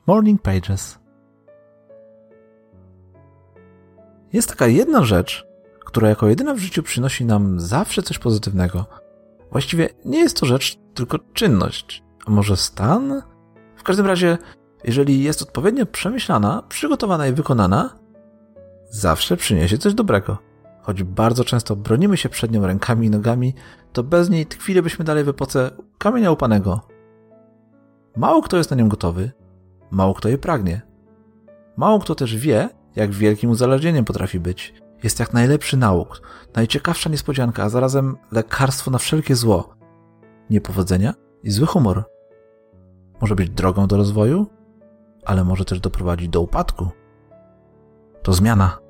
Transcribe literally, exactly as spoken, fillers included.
Morning Pages. Jest taka jedna rzecz, która jako jedyna w życiu przynosi nam zawsze coś pozytywnego. Właściwie nie jest to rzecz, tylko czynność. A może stan? W każdym razie, jeżeli jest odpowiednio przemyślana, przygotowana i wykonana, zawsze przyniesie coś dobrego. Choć bardzo często bronimy się przed nią rękami i nogami, to bez niej tkwilibyśmy dalej w epoce kamienia łupanego. Mało kto jest na nią gotowy, mało kto jej pragnie. Mało kto też wie, jak wielkim uzależnieniem potrafi być. Jest jak najlepszy nauk, najciekawsza niespodzianka, a zarazem lekarstwo na wszelkie zło. Niepowodzenia i zły humor. Może być drogą do rozwoju, ale może też doprowadzić do upadku. To zmiana.